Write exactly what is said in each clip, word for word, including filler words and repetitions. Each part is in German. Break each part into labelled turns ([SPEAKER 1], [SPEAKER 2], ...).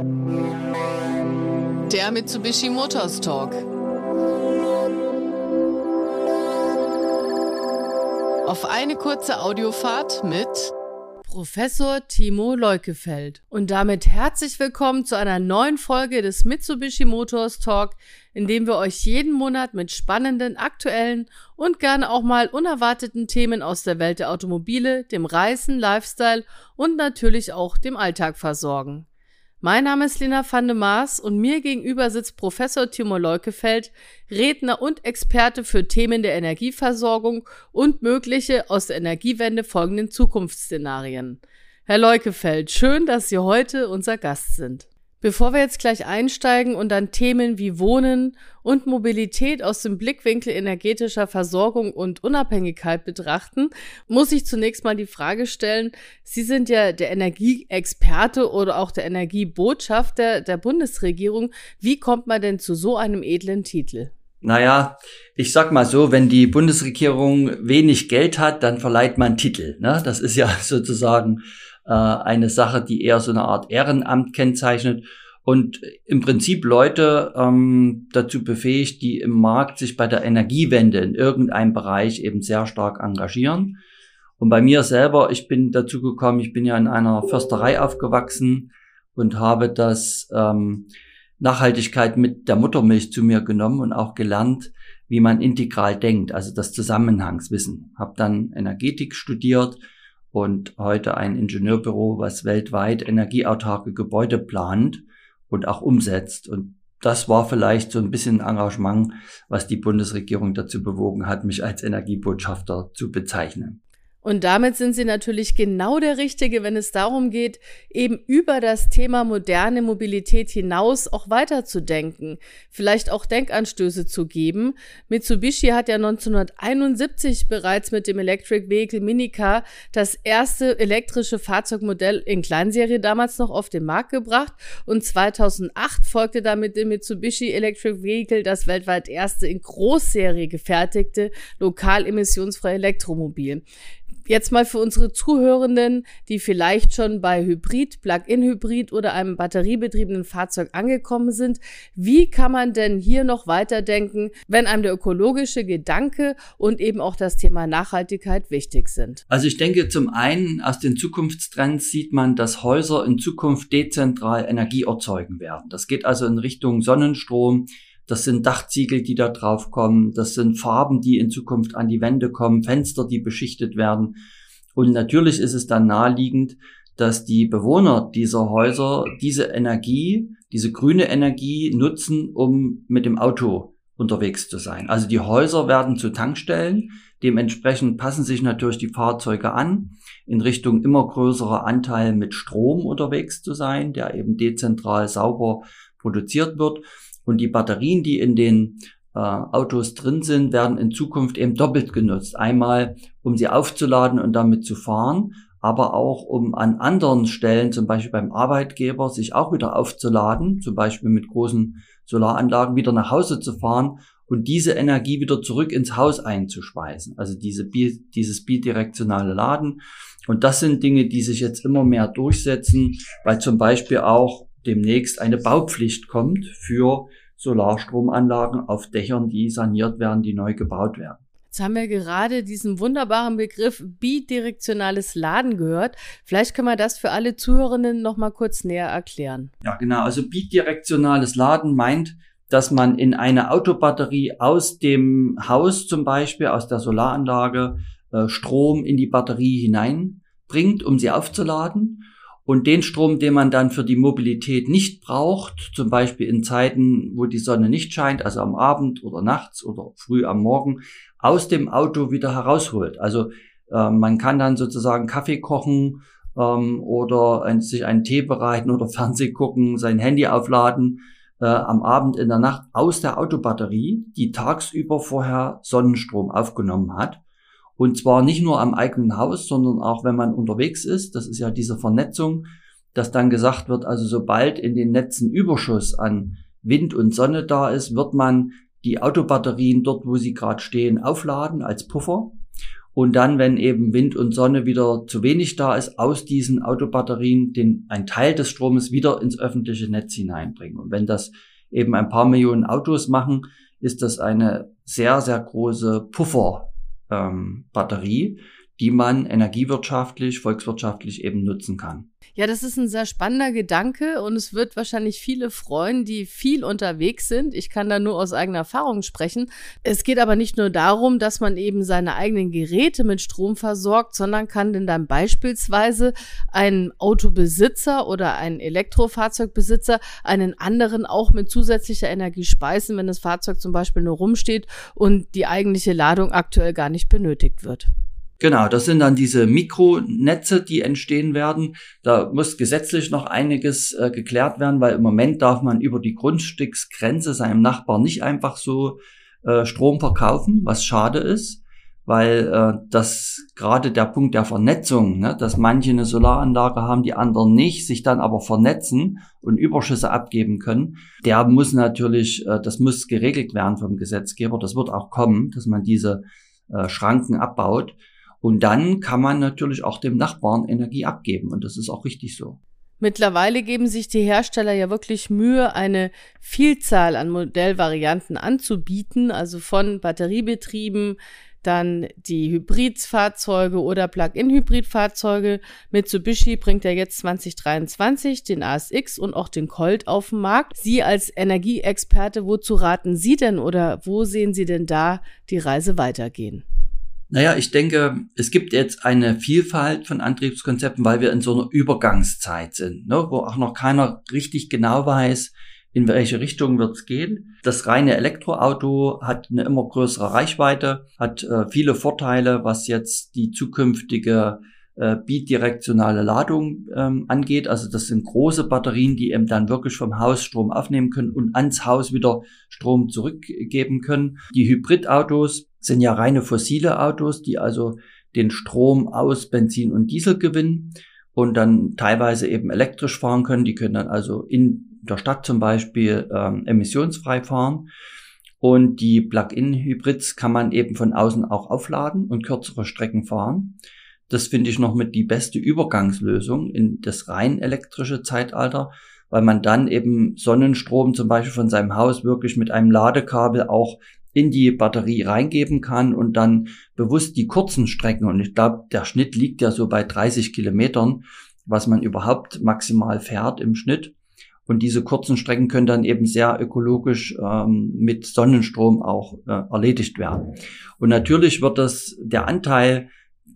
[SPEAKER 1] Der Mitsubishi Motors Talk. Auf eine kurze Audiofahrt mit Professor Timo Leukefeld. Und damit herzlich willkommen zu einer neuen Folge des Mitsubishi Motors Talk, in dem wir euch jeden Monat mit spannenden, aktuellen und gerne auch mal unerwarteten Themen aus der Welt der Automobile, dem Reisen, Lifestyle und natürlich auch dem Alltag versorgen. Mein Name ist Lena van de Maas und mir gegenüber sitzt Professor Timo Leukefeld, Redner und Experte für Themen der Energieversorgung und mögliche aus der Energiewende folgenden Zukunftsszenarien. Herr Leukefeld, schön, dass Sie heute unser Gast sind. Bevor wir jetzt gleich einsteigen und dann Themen wie Wohnen und Mobilität aus dem Blickwinkel energetischer Versorgung und Unabhängigkeit betrachten, muss ich zunächst mal die Frage stellen, Sie sind ja der Energieexperte oder auch der Energiebotschafter der Bundesregierung. Wie kommt man denn zu so einem edlen Titel?
[SPEAKER 2] Naja, ich sag mal so, wenn die Bundesregierung wenig Geld hat, dann verleiht man Titel, ne? Das ist ja sozusagen äh, eine Sache, die eher so eine Art Ehrenamt kennzeichnet und im Prinzip Leute ähm, dazu befähigt, die im Markt sich bei der Energiewende in irgendeinem Bereich eben sehr stark engagieren. Und bei mir selber, ich bin dazu gekommen, ich bin ja in einer Försterei aufgewachsen und habe das ähm, Nachhaltigkeit mit der Muttermilch zu mir genommen und auch gelernt, wie man integral denkt, also das Zusammenhangswissen. Habe dann Energetik studiert und heute ein Ingenieurbüro, was weltweit energieautarke Gebäude plant und auch umsetzt. Und das war vielleicht so ein bisschen ein Engagement, was die Bundesregierung dazu bewogen hat, mich als Energiebotschafter zu bezeichnen.
[SPEAKER 1] Und damit sind Sie natürlich genau der Richtige, wenn es darum geht, eben über das Thema moderne Mobilität hinaus auch weiterzudenken, vielleicht auch Denkanstöße zu geben. Mitsubishi hat ja neunzehnhunderteinundsiebzig bereits mit dem Electric Vehicle Minicar das erste elektrische Fahrzeugmodell in Kleinserie damals noch auf den Markt gebracht und zweitausendacht folgte damit dem Mitsubishi Electric Vehicle das weltweit erste in Großserie gefertigte, lokal emissionsfreie Elektromobil. Jetzt mal für unsere Zuhörenden, die vielleicht schon bei Hybrid, Plug-in-Hybrid oder einem batteriebetriebenen Fahrzeug angekommen sind. Wie kann man denn hier noch weiterdenken, wenn einem der ökologische Gedanke und eben auch das Thema Nachhaltigkeit wichtig sind?
[SPEAKER 2] Also ich denke, zum einen aus den Zukunftstrends sieht man, dass Häuser in Zukunft dezentral Energie erzeugen werden. Das geht also in Richtung Sonnenstrom. Das sind Dachziegel, die da drauf kommen. Das sind Farben, die in Zukunft an die Wände kommen, Fenster, die beschichtet werden. Und natürlich ist es dann naheliegend, dass die Bewohner dieser Häuser diese Energie, diese grüne Energie nutzen, um mit dem Auto unterwegs zu sein. Also die Häuser werden zu Tankstellen. Dementsprechend passen sich natürlich die Fahrzeuge an, in Richtung immer größerer Anteil mit Strom unterwegs zu sein, der eben dezentral sauber produziert wird. Und die Batterien, die in den äh, Autos drin sind, werden in Zukunft eben doppelt genutzt. Einmal, um sie aufzuladen und damit zu fahren, aber auch, um an anderen Stellen, zum Beispiel beim Arbeitgeber, sich auch wieder aufzuladen, zum Beispiel mit großen Solaranlagen, wieder nach Hause zu fahren und diese Energie wieder zurück ins Haus einzuspeisen. Also diese bi- dieses bidirektionale Laden. Und das sind Dinge, die sich jetzt immer mehr durchsetzen, weil zum Beispiel auch demnächst eine Baupflicht kommt für Solarstromanlagen auf Dächern, die saniert werden, die neu gebaut werden.
[SPEAKER 1] Jetzt haben wir gerade diesen wunderbaren Begriff bidirektionales Laden gehört. Vielleicht können wir das für alle Zuhörenden noch mal kurz näher erklären.
[SPEAKER 2] Ja, genau. Also bidirektionales Laden meint, dass man in eine Autobatterie aus dem Haus zum Beispiel, aus der Solaranlage, äh, Strom in die Batterie hineinbringt, um sie aufzuladen. Und den Strom, den man dann für die Mobilität nicht braucht, zum Beispiel in Zeiten, wo die Sonne nicht scheint, also am Abend oder nachts oder früh am Morgen, aus dem Auto wieder herausholt. Also äh, man kann dann sozusagen Kaffee kochen ähm, oder ein, sich einen Tee bereiten oder Fernseh gucken, sein Handy aufladen äh, am Abend in der Nacht aus der Autobatterie, die tagsüber vorher Sonnenstrom aufgenommen hat. Und zwar nicht nur am eigenen Haus, sondern auch, wenn man unterwegs ist. Das ist ja diese Vernetzung, dass dann gesagt wird, also sobald in den Netzen Überschuss an Wind und Sonne da ist, wird man die Autobatterien dort, wo sie gerade stehen, aufladen als Puffer. und dann, wenn eben Wind und Sonne wieder zu wenig da ist, aus diesen Autobatterien den, ein Teil des Stromes wieder ins öffentliche Netz hineinbringen. Und wenn das eben ein paar Millionen Autos machen, ist das eine sehr, sehr große Puffer-Batterie, ähm, die man energiewirtschaftlich, volkswirtschaftlich eben nutzen kann.
[SPEAKER 1] Ja, das ist ein sehr spannender Gedanke und es wird wahrscheinlich viele freuen, die viel unterwegs sind. Ich kann da nur aus eigener Erfahrung sprechen. Es geht aber nicht nur darum, dass man eben seine eigenen Geräte mit Strom versorgt, sondern kann denn dann beispielsweise ein Autobesitzer oder ein Elektrofahrzeugbesitzer einen anderen auch mit zusätzlicher Energie speisen, wenn das Fahrzeug zum Beispiel nur rumsteht und die eigentliche Ladung aktuell gar nicht benötigt wird.
[SPEAKER 2] Genau, das sind dann diese Mikronetze, die entstehen werden. Da muss gesetzlich noch einiges äh, geklärt werden, weil im Moment darf man über die Grundstücksgrenze seinem Nachbarn nicht einfach so äh, Strom verkaufen, was schade ist, weil äh, das gerade der Punkt der Vernetzung, ne, dass manche eine Solaranlage haben, die anderen nicht, sich dann aber vernetzen und Überschüsse abgeben können, der muss natürlich, äh, das muss geregelt werden vom Gesetzgeber. Das wird auch kommen, dass man diese äh, Schranken abbaut. Und dann kann man natürlich auch dem Nachbarn Energie abgeben. Und das ist auch richtig so.
[SPEAKER 1] Mittlerweile geben sich die Hersteller ja wirklich Mühe, eine Vielzahl an Modellvarianten anzubieten, also von Batteriebetrieben, dann die Hybridfahrzeuge oder Plug-in-Hybridfahrzeuge. Mitsubishi bringt ja jetzt zwanzig dreiundzwanzig den A S X und auch den Colt auf den Markt. Sie als Energieexperte, wozu raten Sie denn oder wo sehen Sie denn da die Reise weitergehen?
[SPEAKER 2] Naja, ich denke, es gibt jetzt eine Vielfalt von Antriebskonzepten, weil wir in so einer Übergangszeit sind, ne, wo auch noch keiner richtig genau weiß, in welche Richtung wird's gehen. Das reine Elektroauto hat eine immer größere Reichweite, hat äh, viele Vorteile, was jetzt die zukünftige äh, bidirektionale Ladung ähm, angeht. Also das sind große Batterien, die eben dann wirklich vom Haus Strom aufnehmen können und ans Haus wieder Strom zurückgeben können. Die Hybridautos sind ja reine fossile Autos, die also den Strom aus Benzin und Diesel gewinnen und dann teilweise eben elektrisch fahren können. Die können dann also in der Stadt zum Beispiel ähm, emissionsfrei fahren. Und die Plug-in-Hybrids kann man eben von außen auch aufladen und kürzere Strecken fahren. Das finde ich noch mit die beste Übergangslösung in das rein elektrische Zeitalter, weil man dann eben Sonnenstrom zum Beispiel von seinem Haus wirklich mit einem Ladekabel auch in die Batterie reingeben kann und dann bewusst die kurzen Strecken, und ich glaube, der Schnitt liegt ja so bei dreißig Kilometern, was man überhaupt maximal fährt im Schnitt. Und diese kurzen Strecken können dann eben sehr ökologisch ähm, mit Sonnenstrom auch äh, erledigt werden. Und natürlich wird das der Anteil,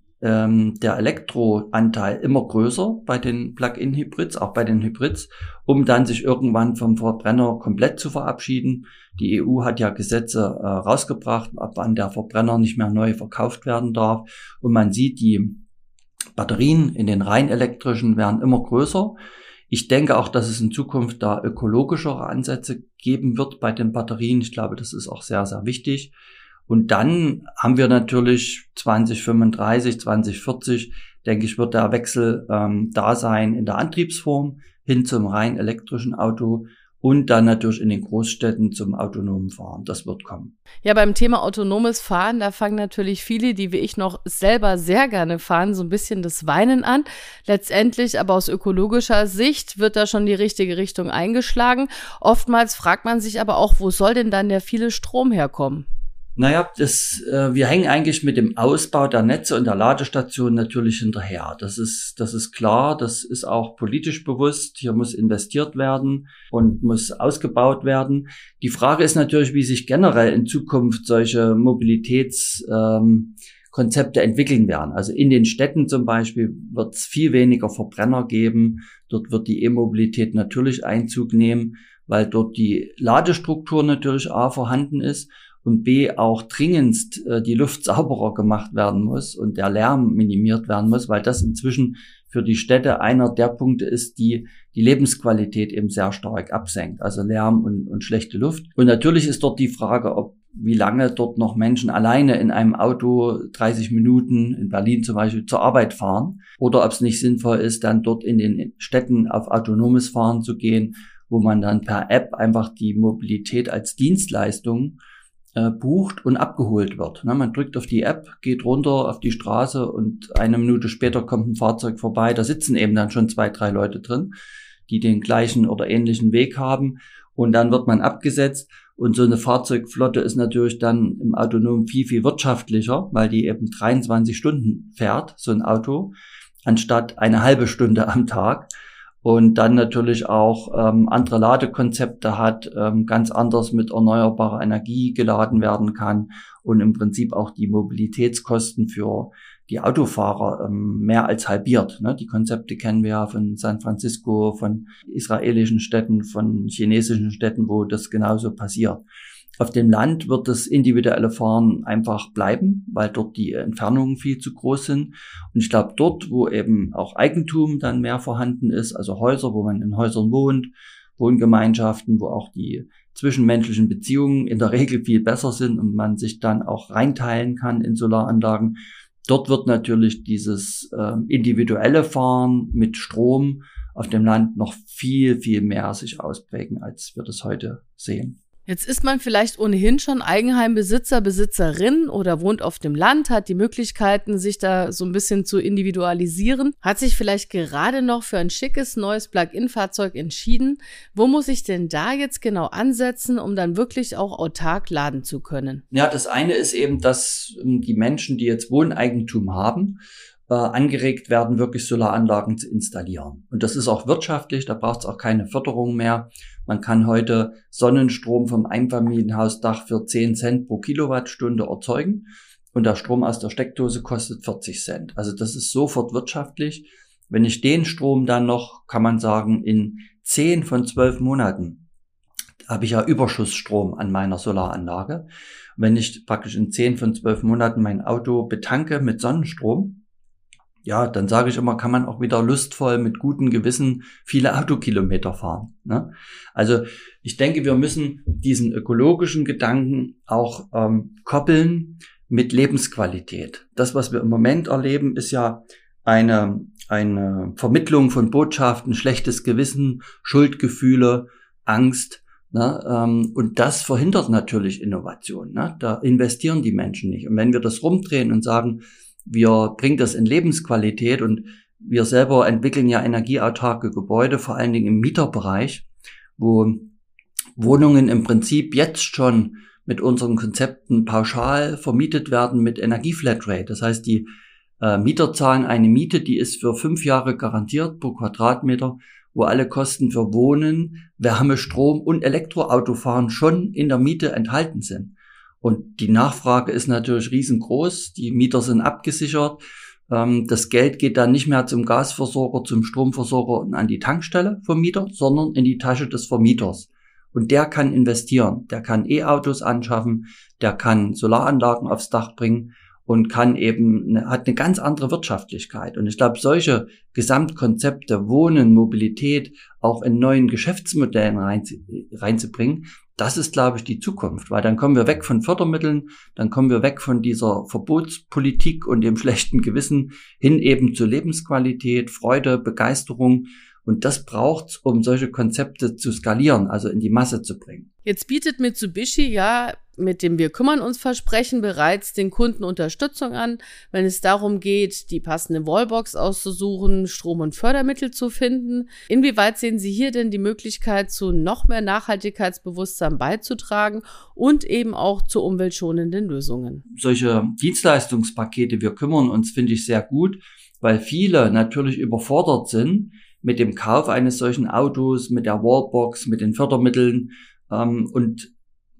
[SPEAKER 2] ähm, der Elektroanteil immer größer bei den Plug-in-Hybrids, auch bei den Hybrids, um dann sich irgendwann vom Verbrenner komplett zu verabschieden. Die E U hat ja Gesetze äh, rausgebracht, ab wann der Verbrenner nicht mehr neu verkauft werden darf. Und man sieht, die Batterien in den rein elektrischen werden immer größer. Ich denke auch, dass es in Zukunft da ökologischere Ansätze geben wird bei den Batterien. Ich glaube, das ist auch sehr, sehr wichtig. Und dann haben wir natürlich zwanzig fünfunddreißig, zwanzig vierzig, denke ich, wird der Wechsel ähm, da sein in der Antriebsform hin zum rein elektrischen Auto und dann natürlich in den Großstädten zum autonomen Fahren. Das wird kommen.
[SPEAKER 1] Ja, beim Thema autonomes Fahren, da fangen natürlich viele, die wie ich noch selber sehr gerne fahren, so ein bisschen das Weinen an. Letztendlich aber aus ökologischer Sicht wird da schon die richtige Richtung eingeschlagen. Oftmals fragt man sich aber auch, wo soll denn dann der viele Strom herkommen?
[SPEAKER 2] Naja, das, äh, wir hängen eigentlich mit dem Ausbau der Netze und der Ladestationen natürlich hinterher. Das ist, das ist klar. Das ist auch politisch bewusst. Hier muss investiert werden und muss ausgebaut werden. Die Frage ist natürlich, wie sich generell in Zukunft solche Mobilitätskonzepte ähm, entwickeln werden. Also in den Städten zum Beispiel wird es viel weniger Verbrenner geben. Dort wird die E-Mobilität natürlich Einzug nehmen, weil dort die Ladestruktur natürlich A vorhanden ist. Und B, auch dringendst äh, die Luft sauberer gemacht werden muss und der Lärm minimiert werden muss, weil das inzwischen für die Städte einer der Punkte ist, die die Lebensqualität eben sehr stark absenkt. Also Lärm und, und schlechte Luft. Und natürlich ist dort die Frage, ob wie lange dort noch Menschen alleine in einem Auto dreißig Minuten in Berlin zum Beispiel zur Arbeit fahren oder ob es nicht sinnvoll ist, dann dort in den Städten auf autonomes Fahren zu gehen, wo man dann per App einfach die Mobilität als Dienstleistung äh, bucht und abgeholt wird. Ne, man drückt auf die App, geht runter auf die Straße und eine Minute später kommt ein Fahrzeug vorbei. Da sitzen eben dann schon zwei, drei Leute drin, die den gleichen oder ähnlichen Weg haben. Und dann wird man abgesetzt. Und so eine Fahrzeugflotte ist natürlich dann im Autonom viel, viel wirtschaftlicher, weil die eben dreiundzwanzig Stunden fährt, so ein Auto, anstatt eine halbe Stunde am Tag. Und dann natürlich auch ähm, andere Ladekonzepte hat, ähm, ganz anders mit erneuerbarer Energie geladen werden kann und im Prinzip auch die Mobilitätskosten für die Autofahrer ähm, mehr als halbiert. Ne? Die Konzepte kennen wir ja von San Francisco, von israelischen Städten, von chinesischen Städten, wo das genauso passiert. Auf dem Land wird das individuelle Fahren einfach bleiben, weil dort die Entfernungen viel zu groß sind. Und ich glaube, dort, wo eben auch Eigentum dann mehr vorhanden ist, also Häuser, wo man in Häusern wohnt, Wohngemeinschaften, wo auch die zwischenmenschlichen Beziehungen in der Regel viel besser sind und man sich dann auch reinteilen kann in Solaranlagen, dort wird natürlich dieses äh, individuelle Fahren mit Strom auf dem Land noch viel, viel mehr sich ausprägen, als wir das heute sehen.
[SPEAKER 1] Jetzt ist man vielleicht ohnehin schon Eigenheimbesitzer, Besitzerin oder wohnt auf dem Land, hat die Möglichkeiten, sich da so ein bisschen zu individualisieren, hat sich vielleicht gerade noch für ein schickes neues Plug-in-Fahrzeug entschieden. Wo muss ich denn da jetzt genau ansetzen, um dann wirklich auch autark laden zu können?
[SPEAKER 2] Ja, das eine ist eben, dass die Menschen, die jetzt Wohneigentum haben, äh, angeregt werden, wirklich Solaranlagen zu installieren. Und das ist auch wirtschaftlich, da braucht es auch keine Förderung mehr. Man kann heute Sonnenstrom vom Einfamilienhausdach für zehn Cent pro Kilowattstunde erzeugen und der Strom aus der Steckdose kostet vierzig Cent. Also das ist sofort wirtschaftlich. Wenn ich den Strom dann noch, kann man sagen, in zehn von zwölf Monaten habe ich ja Überschussstrom an meiner Solaranlage. Wenn ich praktisch in zehn von zwölf Monaten mein Auto betanke mit Sonnenstrom, ja, dann sage ich immer, kann man auch wieder lustvoll mit gutem Gewissen viele Autokilometer fahren. Ne? Also ich denke, wir müssen diesen ökologischen Gedanken auch ähm, koppeln mit Lebensqualität. Das, was wir im Moment erleben, ist ja eine, eine Vermittlung von Botschaften, schlechtes Gewissen, Schuldgefühle, Angst. Ne? Ähm, und das verhindert natürlich Innovation. Ne? Da investieren die Menschen nicht. Und wenn wir das rumdrehen und sagen, wir bringen das in Lebensqualität und wir selber entwickeln ja energieautarke Gebäude, vor allen Dingen im Mieterbereich, wo Wohnungen im Prinzip jetzt schon mit unseren Konzepten pauschal vermietet werden mit Energieflatrate. Das heißt, die äh, Mieter zahlen eine Miete, die ist für fünf Jahre garantiert pro Quadratmeter, wo alle Kosten für Wohnen, Wärme, Strom und Elektroautofahren schon in der Miete enthalten sind. Und die Nachfrage ist natürlich riesengroß. Die Mieter sind abgesichert. Das Geld geht dann nicht mehr zum Gasversorger, zum Stromversorger und an die Tankstelle vom Mieter, sondern in die Tasche des Vermieters. Und der kann investieren. Der kann E-Autos anschaffen. Der kann Solaranlagen aufs Dach bringen und kann eben, hat eine ganz andere Wirtschaftlichkeit. Und ich glaube, solche Gesamtkonzepte, Wohnen, Mobilität, auch in neuen Geschäftsmodellen rein, reinzubringen, das ist, glaube ich, die Zukunft, weil dann kommen wir weg von Fördermitteln, dann kommen wir weg von dieser Verbotspolitik und dem schlechten Gewissen hin eben zu Lebensqualität, Freude, Begeisterung. Und das braucht's, um solche Konzepte zu skalieren, also in die Masse zu bringen.
[SPEAKER 1] Jetzt bietet Mitsubishi ja mit dem Wir kümmern uns Versprechen bereits den Kunden Unterstützung an, wenn es darum geht, die passende Wallbox auszusuchen, Strom- und Fördermittel zu finden. Inwieweit sehen Sie hier denn die Möglichkeit, zu noch mehr Nachhaltigkeitsbewusstsein beizutragen und eben auch zu umweltschonenden Lösungen?
[SPEAKER 2] Solche Dienstleistungspakete, wir kümmern uns, finde ich sehr gut, weil viele natürlich überfordert sind mit dem Kauf eines solchen Autos, mit der Wallbox, mit den Fördermitteln ähm, und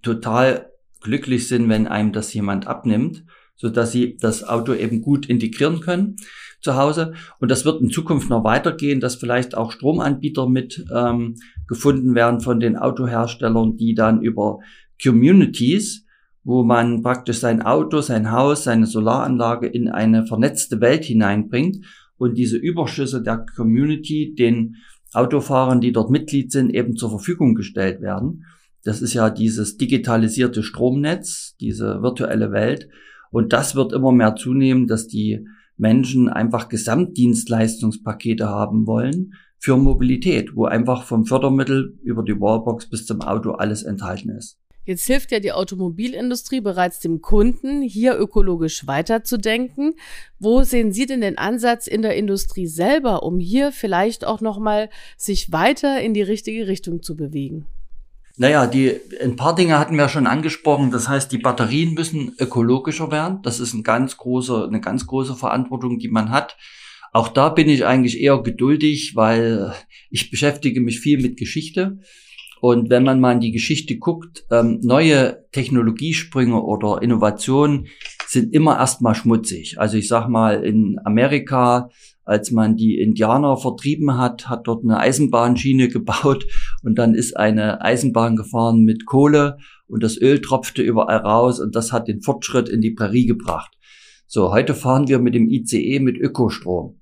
[SPEAKER 2] total glücklich sind, wenn einem das jemand abnimmt, so dass sie das Auto eben gut integrieren können zu Hause. Und das wird in Zukunft noch weitergehen, dass vielleicht auch Stromanbieter mit ähm, gefunden werden von den Autoherstellern, die dann über Communities, wo man praktisch sein Auto, sein Haus, seine Solaranlage in eine vernetzte Welt hineinbringt und diese Überschüsse der Community den Autofahrern, die dort Mitglied sind, eben zur Verfügung gestellt werden. Das ist ja dieses digitalisierte Stromnetz, diese virtuelle Welt. Und das wird immer mehr zunehmen, dass die Menschen einfach Gesamtdienstleistungspakete haben wollen für Mobilität, wo einfach vom Fördermittel über die Wallbox bis zum Auto alles enthalten ist.
[SPEAKER 1] Jetzt hilft ja die Automobilindustrie bereits dem Kunden, hier ökologisch weiterzudenken. Wo sehen Sie denn den Ansatz in der Industrie selber, um hier vielleicht auch nochmal sich weiter in die richtige Richtung zu bewegen?
[SPEAKER 2] Naja, die, ein paar Dinge hatten wir schon angesprochen. Das heißt, die Batterien müssen ökologischer werden. Das ist ein ganz große, eine ganz große Verantwortung, die man hat. Auch da bin ich eigentlich eher geduldig, weil ich beschäftige mich viel mit Geschichte. Und wenn man mal in die Geschichte guckt, ähm, neue Technologiesprünge oder Innovationen sind immer erstmal schmutzig. Also ich sag mal, in Amerika, als man die Indianer vertrieben hat, hat dort eine Eisenbahnschiene gebaut und dann ist eine Eisenbahn gefahren mit Kohle und das Öl tropfte überall raus und das hat den Fortschritt in die Prärie gebracht. So, heute fahren wir mit dem I C E mit Ökostrom.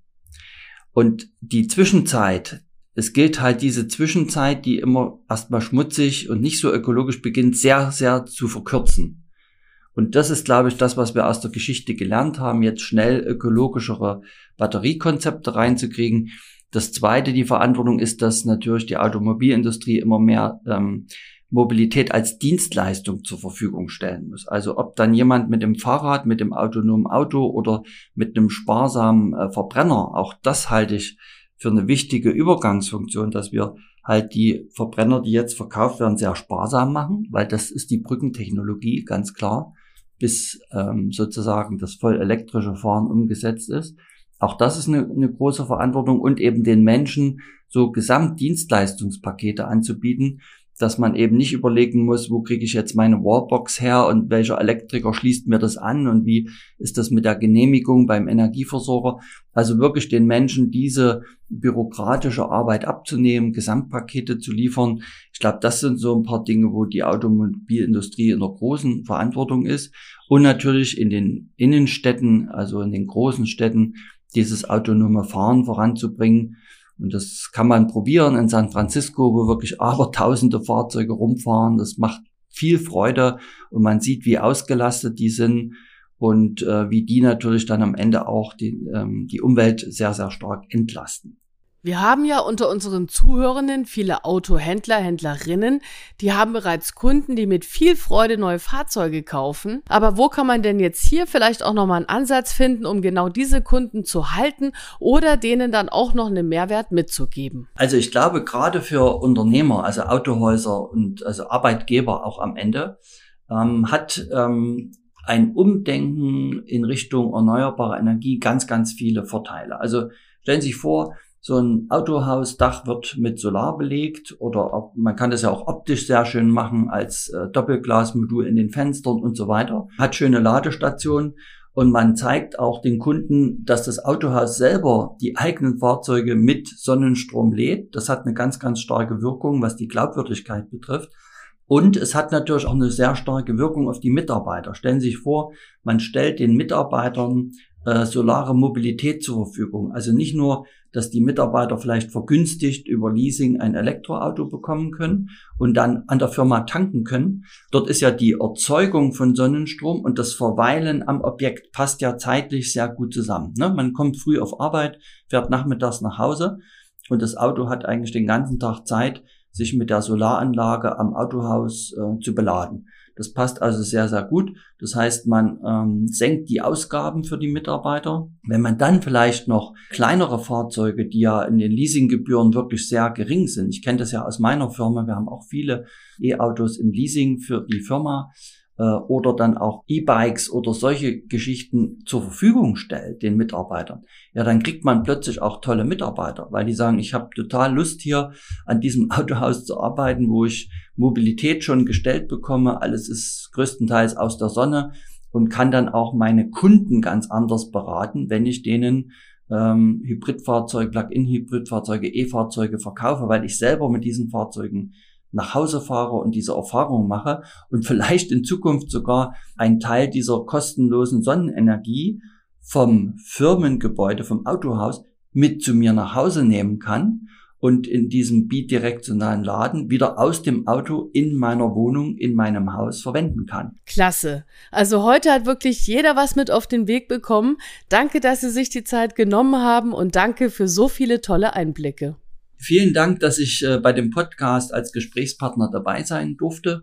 [SPEAKER 2] Und die Zwischenzeit, es gilt halt diese Zwischenzeit, die immer erstmal schmutzig und nicht so ökologisch beginnt, sehr, sehr zu verkürzen. Und das ist, glaube ich, das, was wir aus der Geschichte gelernt haben, jetzt schnell ökologischere Batteriekonzepte reinzukriegen. Das Zweite, die Verantwortung ist, dass natürlich die Automobilindustrie immer mehr ähm, Mobilität als Dienstleistung zur Verfügung stellen muss. Also ob dann jemand mit dem Fahrrad, mit dem autonomen Auto oder mit einem sparsamen äh, Verbrenner, auch das halte ich für eine wichtige Übergangsfunktion, dass wir halt die Verbrenner, die jetzt verkauft werden, sehr sparsam machen, weil das ist die Brückentechnologie, ganz klar, bis ähm, sozusagen das voll elektrische Fahren umgesetzt ist. Auch das ist eine, eine große Verantwortung und eben den Menschen so Gesamtdienstleistungspakete anzubieten, dass man eben nicht überlegen muss, wo kriege ich jetzt meine Wallbox her und welcher Elektriker schließt mir das an und wie ist das mit der Genehmigung beim Energieversorger. Also wirklich den Menschen diese bürokratische Arbeit abzunehmen, Gesamtpakete zu liefern. Ich glaube, das sind so ein paar Dinge, wo die Automobilindustrie in der großen Verantwortung ist. Und natürlich in den Innenstädten, also in den großen Städten, dieses autonome Fahren voranzubringen. Und das kann man probieren in San Francisco, wo wirklich abertausende Fahrzeuge rumfahren. Das macht viel Freude und man sieht, wie ausgelastet die sind und äh, wie die natürlich dann am Ende auch die, ähm, die Umwelt sehr, sehr stark entlasten.
[SPEAKER 1] Wir haben ja unter unseren Zuhörenden viele Autohändler, Händlerinnen, die haben bereits Kunden, die mit viel Freude neue Fahrzeuge kaufen. Aber wo kann man denn jetzt hier vielleicht auch nochmal einen Ansatz finden, um genau diese Kunden zu halten oder denen dann auch noch einen Mehrwert mitzugeben?
[SPEAKER 2] Also ich glaube, gerade für Unternehmer, also Autohäuser und also Arbeitgeber auch am Ende, ähm, hat ähm, ein Umdenken in Richtung erneuerbare Energie ganz, ganz viele Vorteile. Also stellen Sie sich vor, so ein Autohausdach wird mit Solar belegt oder ob, man kann das ja auch optisch sehr schön machen als äh, Doppelglasmodul in den Fenstern und so weiter. Hat schöne Ladestationen und man zeigt auch den Kunden, dass das Autohaus selber die eigenen Fahrzeuge mit Sonnenstrom lädt. Das hat eine ganz, ganz starke Wirkung, was die Glaubwürdigkeit betrifft. Und es hat natürlich auch eine sehr starke Wirkung auf die Mitarbeiter. Stellen Sie sich vor, man stellt den Mitarbeitern äh, solare Mobilität zur Verfügung. Also nicht nur, dass die Mitarbeiter vielleicht vergünstigt über Leasing ein Elektroauto bekommen können und dann an der Firma tanken können. Dort ist ja die Erzeugung von Sonnenstrom und das Verweilen am Objekt passt ja zeitlich sehr gut zusammen. Ne? Man kommt früh auf Arbeit, fährt nachmittags nach Hause und das Auto hat eigentlich den ganzen Tag Zeit, sich mit der Solaranlage am Autohaus äh, zu beladen. Das passt also sehr, sehr gut. Das heißt, man ähm, senkt die Ausgaben für die Mitarbeiter. Wenn man dann vielleicht noch kleinere Fahrzeuge, die ja in den Leasinggebühren wirklich sehr gering sind, ich kenne das ja aus meiner Firma, wir haben auch viele E-Autos im Leasing für die Firma, äh, oder dann auch E-Bikes oder solche Geschichten zur Verfügung stellt den Mitarbeitern, ja, dann kriegt man plötzlich auch tolle Mitarbeiter, weil die sagen, ich habe total Lust hier an diesem Autohaus zu arbeiten, wo ich Mobilität schon gestellt bekomme, alles ist größtenteils aus der Sonne und kann dann auch meine Kunden ganz anders beraten, wenn ich denen ähm, Hybridfahrzeuge, Plug-in-Hybridfahrzeuge, E-Fahrzeuge verkaufe, weil ich selber mit diesen Fahrzeugen nach Hause fahre und diese Erfahrung mache und vielleicht in Zukunft sogar einen Teil dieser kostenlosen Sonnenenergie vom Firmengebäude, vom Autohaus mit zu mir nach Hause nehmen kann und in diesem bidirektionalen Laden wieder aus dem Auto in meiner Wohnung, in meinem Haus verwenden kann.
[SPEAKER 1] Klasse. Also heute hat wirklich jeder was mit auf den Weg bekommen. Danke, dass Sie sich die Zeit genommen haben und danke für so viele tolle Einblicke.
[SPEAKER 2] Vielen Dank, dass ich äh, bei dem Podcast als Gesprächspartner dabei sein durfte.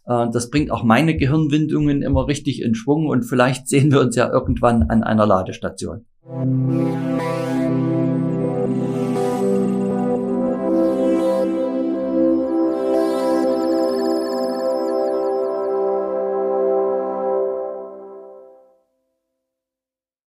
[SPEAKER 2] Äh, das bringt auch meine Gehirnwindungen immer richtig in Schwung und vielleicht sehen wir uns ja irgendwann an einer Ladestation.